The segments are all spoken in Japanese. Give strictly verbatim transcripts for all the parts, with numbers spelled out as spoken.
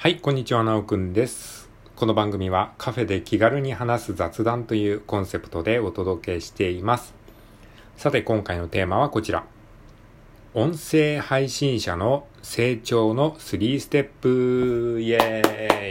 はい、こんにちは、なおくんです。この番組はカフェで気軽に話す雑談というコンセプトでお届けしています。さて、今回のテーマはこちら。音声配信者の成長のスリーステップ。イエーイ。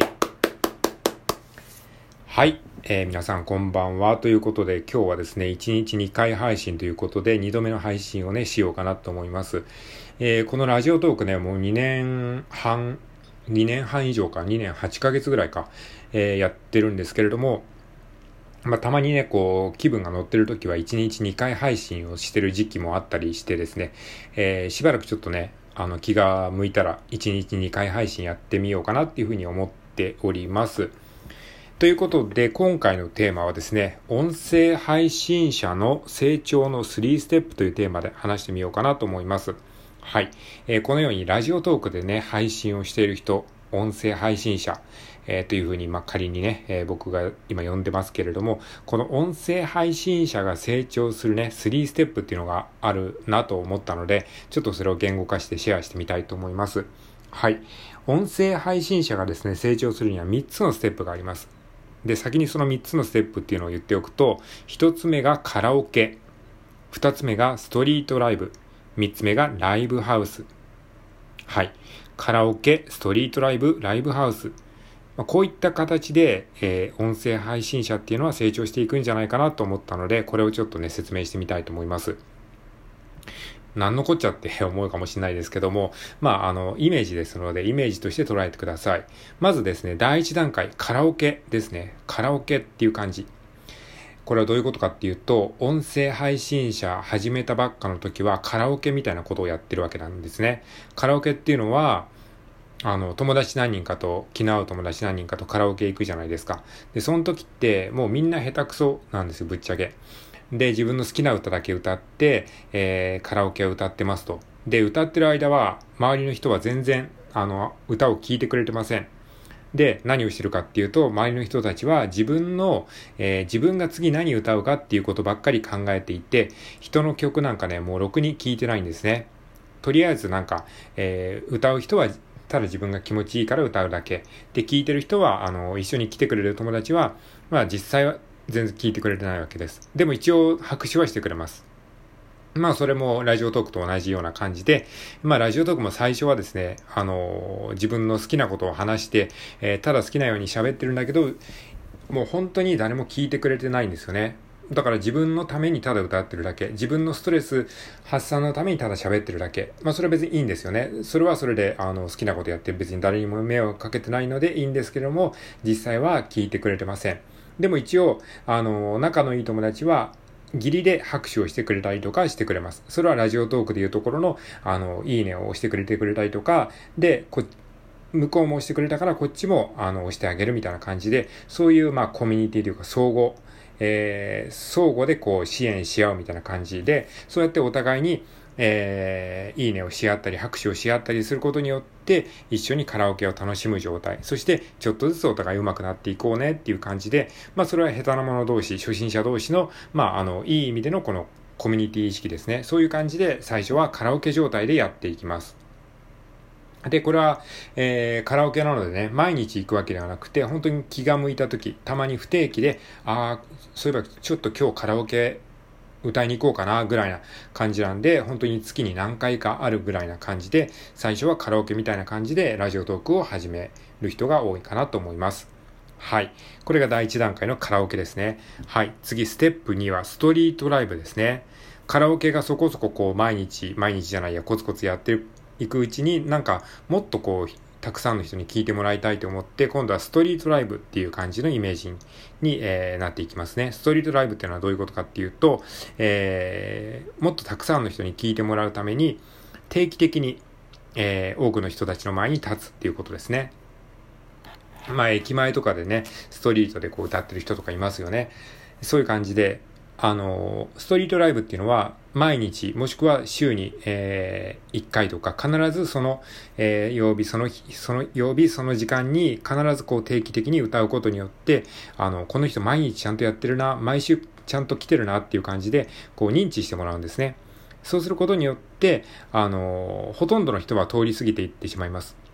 はい、えー、皆さんこんばんは。ということで、今日はですね、いちにちにかい配信ということで、にどめの配信をね、しようかなと思います。えー、このラジオトークね、もうにねんはん、にねんはん以上か、にねんはちかげつぐらいか、えー、やってるんですけれども、まあ、たまにね、こう、気分が乗ってる時はいちにちにかい配信をしてる時期もあったりしてですね、えー、しばらくちょっとね、あの、気が向いたらいちにちにかい配信やってみようかなっていうふうに思っております。ということで、今回のテーマはですね、音声配信者の成長のスリーステップというテーマで話してみようかなと思います。はい。えー、このようにラジオトークでね、配信をしている人、音声配信者、えー、というふうに、まあ、仮にね、えー、僕が今呼んでますけれども、この音声配信者が成長するね、スリーステップっていうのがあるなと思ったので、ちょっとそれを言語化してシェアしてみたいと思います。はい。音声配信者がですね、成長するにはみっつのステップがあります。で、先にそのみっつのステップっていうのを言っておくと、ひとつめがカラオケ、ふたつめがストリートライブ、みっつめがライブハウス。はい。カラオケ、ストリートライブ、ライブハウス。まあ、こういった形で、えー、音声配信者っていうのは成長していくんじゃないかなと思ったので、これをちょっとね、説明してみたいと思います。何のこっちゃって思うかもしれないですけども、まあ、あの、イメージですので、イメージとして捉えてください。まずですね、第一段階、カラオケですね。カラオケっていう感じ。これはどういうことかっていうと、音声配信者始めたばっかの時はカラオケみたいなことをやってるわけなんですね。カラオケっていうのは、あの、友達何人かと、気の合う友達何人かとカラオケ行くじゃないですか。で、その時って、もうみんな下手くそなんですよ、ぶっちゃけ。で、自分の好きな歌だけ歌って、えー、カラオケを歌ってますと。で、歌ってる間は、周りの人は全然、あの、歌を聴いてくれてません。で、何をしてるかっていうと、周りの人たちは自分の、えー、自分が次何歌うかっていうことばっかり考えていて、人の曲なんかね、もうろくに聴いてないんですね。とりあえずなんか、えー、歌う人は、ただ自分が気持ちいいから歌うだけ。で、聴いてる人は、あの、一緒に来てくれる友達は、まあ実際は全然聴いてくれてないわけです。でも一応拍手はしてくれます。まあそれもラジオトークと同じような感じで、まあラジオトークも最初はですね、あのー、自分の好きなことを話して、えー、ただ好きなように喋ってるんだけど、もう本当に誰も聞いてくれてないんですよね。だから自分のためにただ歌ってるだけ、自分のストレス発散のためにただ喋ってるだけ。まあそれは別にいいんですよね。それはそれであの好きなことやって別に誰にも迷惑かけてないのでいいんですけども、実際は聞いてくれてません。でも一応、あの、仲のいい友達は、義理で拍手をしてくれたりとかしてくれます。それはラジオトークでいうところの、あの、いいねを押してくれてくれたりとか、で、こ向こうも押してくれたからこっちも、あの、押してあげるみたいな感じで、そういう、まあ、コミュニティというか、相互、えー、相互でこう、支援し合うみたいな感じで、そうやってお互いに、えー、いいねをし合ったり拍手をし合ったりすることによって一緒にカラオケを楽しむ状態、そしてちょっとずつお互い上手くなっていこうねっていう感じで、まあそれは下手な者同士、初心者同士のまああのいい意味でのこのコミュニティ意識ですね。そういう感じで最初はカラオケ状態でやっていきます。で、これは、えー、カラオケなのでね、毎日行くわけではなくて、本当に気が向いた時、たまに不定期で、ああ、そういえばちょっと今日カラオケ歌いに行こうかなぐらいな感じなんで、本当に月に何回かあるぐらいな感じで、最初はカラオケみたいな感じでラジオトークを始める人が多いかなと思います。はい。これが第一段階のカラオケですね。はい。次、ステップにはストリートライブですね。カラオケがそこそここう毎日、毎日じゃないや、コツコツやっていくうちに、なんかもっとこう、たくさんの人に聞いてもらいたいと思って、今度はストリートライブっていう感じのイメージに、えー、なっていきますね。ストリートライブっていうのはどういうことかっていうと、えー、もっとたくさんの人に聞いてもらうために、定期的に、えー、多くの人たちの前に立つっていうことですね。まあ、駅前とかでね、ストリートでこう歌ってる人とかいますよね。そういう感じで、あの、ストリートライブっていうのは、毎日、もしくは週に、えー、いっかいとか、必ずその、えー、曜日、その日、その曜日、その時間に、必ずこう定期的に歌うことによって、あの、この人毎日ちゃんとやってるな、毎週ちゃんと来てるなっていう感じで、こう認知してもらうんですね。そうすることによって、あの、ほとんどの人は通り過ぎていってしまいます。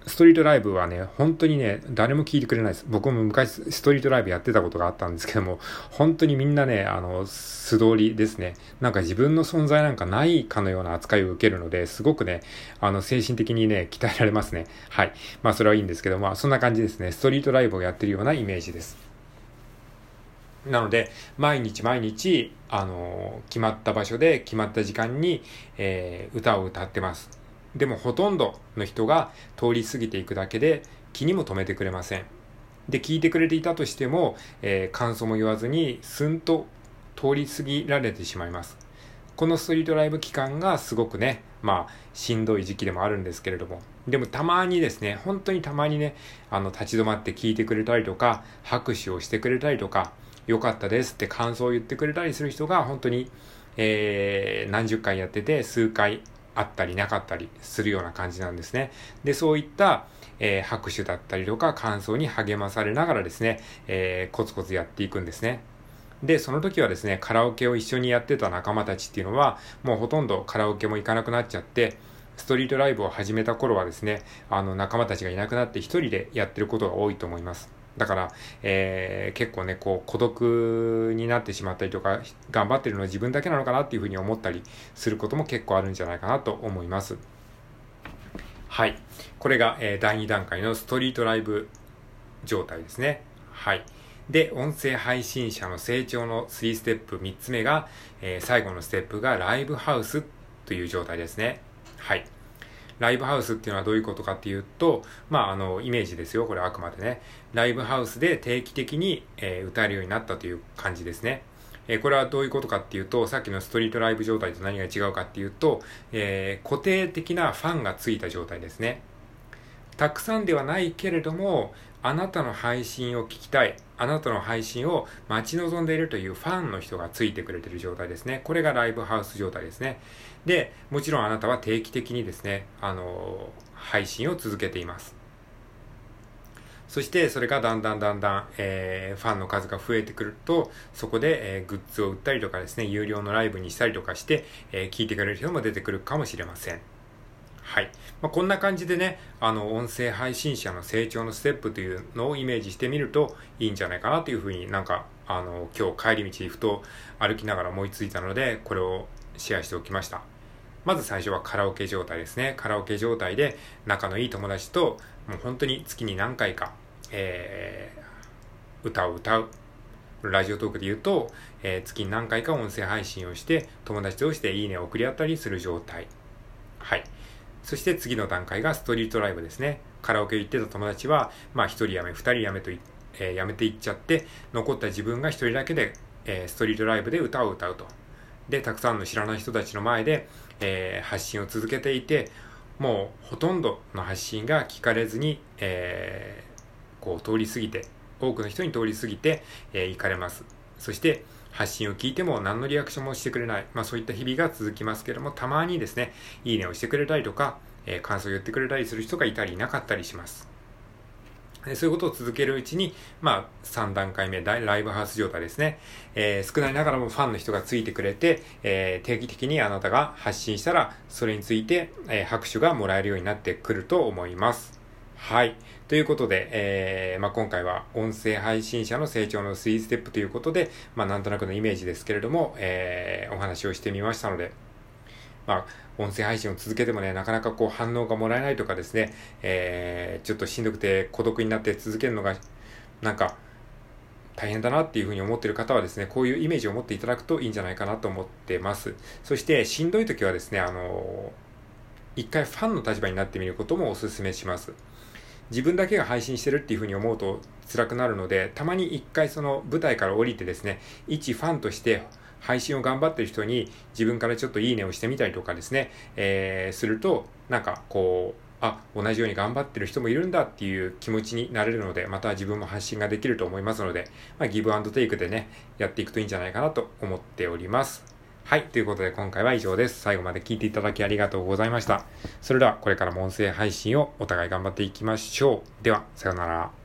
ストリートライブはね、本当にね、誰も聞いてくれないです。僕も昔ストリートライブやってたことがあったんですけども、本当にみんなね、あの、素通りですね。なんか自分の存在なんかないかのような扱いを受けるので、すごくね、あの、精神的にね、鍛えられますね。はい。まあ、それはいいんですけど、まあ、そんな感じですね。ストリートライブをやってるようなイメージです。なので、毎日毎日、あの、決まった場所で、決まった時間に、えー、歌を歌ってます。でもほとんどの人が通り過ぎていくだけで気にも留めてくれません。で、聞いてくれていたとしても、えー、感想も言わずにスンと通り過ぎられてしまいます。このストリートライブ期間がすごくね、まあ、しんどい時期でもあるんですけれども、でもたまにですね、本当にたまにね、あの、立ち止まって聞いてくれたりとか、拍手をしてくれたりとか、良かったですって感想を言ってくれたりする人が本当に、えー、何十回やってて数回あったりなかったりするような感じなんですね。で、そういった、えー、拍手だったりとか感想に励まされながらですね、えー、コツコツやっていくんですね。で、その時はですね、カラオケを一緒にやってた仲間たちっていうのは、もうほとんどカラオケも行かなくなっちゃって、ストリートライブを始めた頃はですね、あの仲間たちがいなくなって一人でやってることが多いと思います。だから、えー、結構ね、こう、孤独になってしまったりとか、頑張ってるのは自分だけなのかなっていうふうに思ったりすることも結構あるんじゃないかなと思います。はい。これが、えー、だいに段階のストリートライブ状態ですね。はい。で、音声配信者の成長のさんステップ、みっつめが、えー、最後のステップがライブハウスという状態ですね。はい。ライブハウスっていうのはどういうことかっていうと、まあ、あの、イメージですよ。これあくまでね。ライブハウスで定期的に、えー、歌えるようになったという感じですね。えー、これはどういうことかっていうと、さっきのストリートライブ状態と何が違うかっていうと、えー、固定的なファンがついた状態ですね。たくさんではないけれども、あなたの配信を聞きたい、あなたの配信を待ち望んでいるというファンの人がついてくれている状態ですね。これがライブハウス状態ですね。で、もちろんあなたは定期的にですね、あのー、配信を続けています。そしてそれがだんだんだんだん、えー、ファンの数が増えてくると、そこで、えー、グッズを売ったりとかですね、有料のライブにしたりとかして、えー、聞いてくれる人も出てくるかもしれません。はい。まあ、こんな感じでね、あの、音声配信者の成長のステップというのをイメージしてみるといいんじゃないかなというふうになんか、あの、今日帰り道ふと歩きながら思いついたので、これをシェアしておきました。まず最初はカラオケ状態ですね。カラオケ状態で仲のいい友達と、もう本当に月に何回か、えー、歌を歌う。ラジオトークで言うと、えー、月に何回か音声配信をして、友達同士でいいねを送り合ったりする状態。はい。そして次の段階がストリートライブですね。カラオケ行ってた友達は、まあ一人やめ、二人やめと、えー、やめていっちゃって、残った自分が一人だけで、えー、ストリートライブで歌を歌うと。で、たくさんの知らない人たちの前で、えー、発信を続けていて、もうほとんどの発信が聞かれずに、えー、こう通り過ぎて、多くの人に通り過ぎて、えー、行かれます。そして、発信を聞いても何のリアクションもしてくれない。まあそういった日々が続きますけども、たまにですね、いいねをしてくれたりとか、えー、感想を言ってくれたりする人がいたりいなかったりします。そういうことを続けるうちに、まあ、さん段階目、ライブハウス状態ですね。えー、少ないながらもファンの人がついてくれて、えー、定期的にあなたが発信したら、それについて、えー、拍手がもらえるようになってくると思います。はい。ということで、えー、まあ、今回は音声配信者の成長のさんステップということで、まあ、なんとなくのイメージですけれども、えー、お話をしてみましたので、まあ、音声配信を続けてもね、なかなかこう反応がもらえないとかですね、えー、ちょっとしんどくて孤独になって続けるのが、なんか、大変だなっていうふうに思っている方はですね、こういうイメージを持っていただくといいんじゃないかなと思ってます。そして、しんどい時はですね、あのー、一回ファンの立場になってみることもお勧めします。自分だけが配信してるっていうふうに思うと辛くなるので、たまに一回その舞台から降りてですね、一ファンとして配信を頑張ってる人に自分からちょっといいねをしてみたりとかですね、えー、すると、なんかこう、あ、同じように頑張ってる人もいるんだっていう気持ちになれるので、また自分も発信ができると思いますので、まあ、ギブアンドテイクでね、やっていくといいんじゃないかなと思っております。はい。ということで今回は以上です。最後まで聞いていただきありがとうございました。それではこれからも音声配信をお互い頑張っていきましょう。では、さようなら。